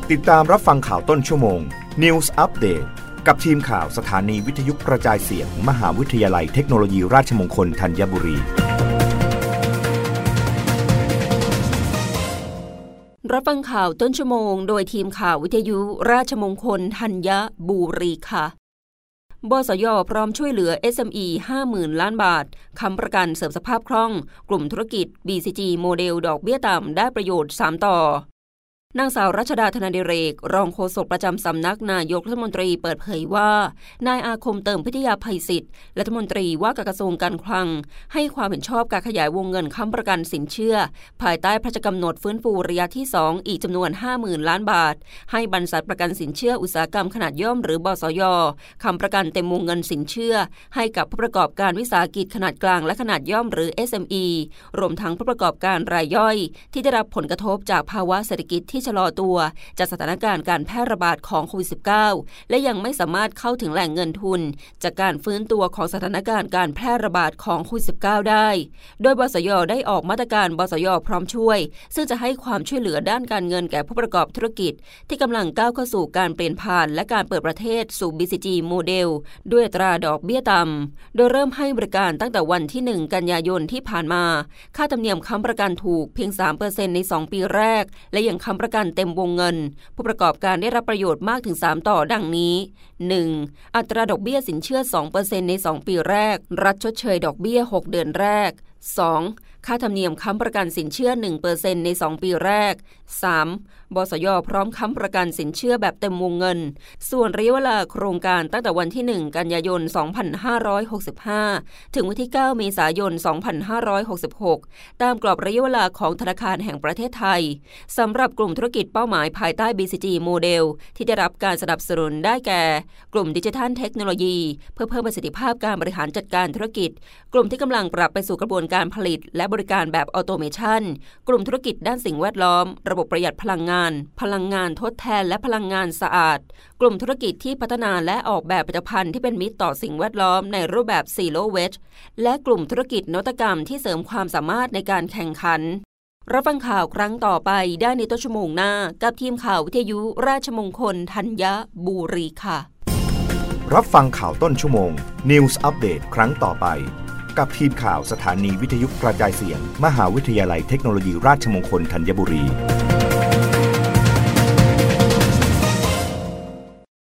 ติดตามรับฟังข่าวต้นชั่วโมง News Update กับทีมข่าวสถานีวิทยุกระจายเสียง มหาวิทยาลัยเทคโนโลยีราชมงคลธัญบุรีรับฟังข่าวต้นชั่วโมงโดยทีมข่าววิทยุราชมงคลธัญบุรีค่ะบสย.พร้อมช่วยเหลือ SME 50,000 ล้านบาทค้ำประกันเสริมสภาพคล่องกลุ่มธุรกิจ BCG โมเดลดอกเบี้ยต่ำได้ประโยชน์3ต่อนางสาวรัชดาธนาดิเรกรองโฆษกประจำสำนักนายกรัฐมนตรีเปิดเผยว่านายอาคมเติมพิทยาภัยศิษย์รัฐมนตรีว่าการกระทรวงการคลังให้ความเห็นชอบการขยายวงเงินค้ำประกันสินเชื่อภายใต้พระราชกำหนดฟื้นฟูระยะที่2อีกจำนวน 50,000 ล้านบาทให้บรรษัทประกันสินเชื่ออุตสาหกรรมขนาดย่อมหรือบสย.ค้ำประกันเต็มวงเงินสินเชื่อให้กับผู้ประกอบการวิสาหกิจขนาดกลางและขนาดย่อมหรือ SME รวมทั้งผู้ประกอบการรายย่อยที่ได้รับผลกระทบจากภาวะเศรษฐกิจที่ชะลอตัวจากสถานการณ์การแพร่ระบาดของโควิด -19 และยังไม่สามารถเข้าถึงแหล่งเงินทุนจากการฟื้นตัวของสถานการณ์การแพร่ระบาดของโควิด -19 ได้โดยบสย.ได้ออกมาตรการบสย.พร้อมช่วยซึ่งจะให้ความช่วยเหลือด้านการเงินแก่ผู้ประกอบธุรกิจที่กำลังก้าวเข้าสู่การเปลี่ยนผ่านและการเปิดประเทศสู่ BCG โมเดลด้วยอัตราดอกเบี้ยต่ำโดยเริ่มให้บริการตั้งแต่วันที่1กันยายนที่ผ่านมาค่าธรรมเนียมค้ำประกันถูกเพียง 3% ใน2ปีแรกและยังค้ำประกันเต็มวงเงินผู้ประกอบการได้รับประโยชน์มากถึง3ต่อดังนี้ 1. อัตราดอกเบี้ยสินเชื่อ 2% ใน2ปีแรกรัฐชดเชยดอกเบี้ย6เดือนแรก 2. ค่าธรรมเนียมค้ำประกันสินเชื่อ 1% ใน2ปีแรก 3. บสย.พร้อมค้ำประกันสินเชื่อแบบเต็มวงเงินส่วนระยะเวลาโครงการตั้งแต่วันที่1กันยายน2565ถึงวันที่9เมษายน2566ตามกรอบระยะเวลาของธนาคารแห่งประเทศไทยสำหรับกลุ่มธุรกิจเป้าหมายภายใต้ BCG โมเดลที่ได้รับการสนับสนุนได้แก่กลุ่มดิจิทัลเทคโนโลยีเพื่อเพิ่มประสิทธิภาพการบริหารจัดการธุรกิจกลุ่มที่กำลังปรับไปสู่กระบวนการผลิตและบริการแบบออโตเมชันกลุ่มธุรกิจด้านสิ่งแวดล้อมระบบประหยัดพลังงานทดแทนและพลังงานสะอาดกลุ่มธุรกิจที่พัฒนาและออกแบบผลิตภัณฑ์ที่เป็นมิตรต่อสิ่งแวดล้อมในรูปแบบ Zero Waste และกลุ่มธุรกิจนวัตกรรมที่เสริมความสามารถในการแข่งขันรับฟังข่าวครั้งต่อไปได้ในต้นชั่วโมงหน้ากับทีมข่าววิทยุราชมงคลธัญบุรีค่ะรับฟังข่าวต้นชั่วโมง News Update ครั้งต่อไปกับทีมข่าวสถานีวิทยุกระจายเสียง มหาวิทยาลัยเทคโนโลยีราชมงคลธัญบุรี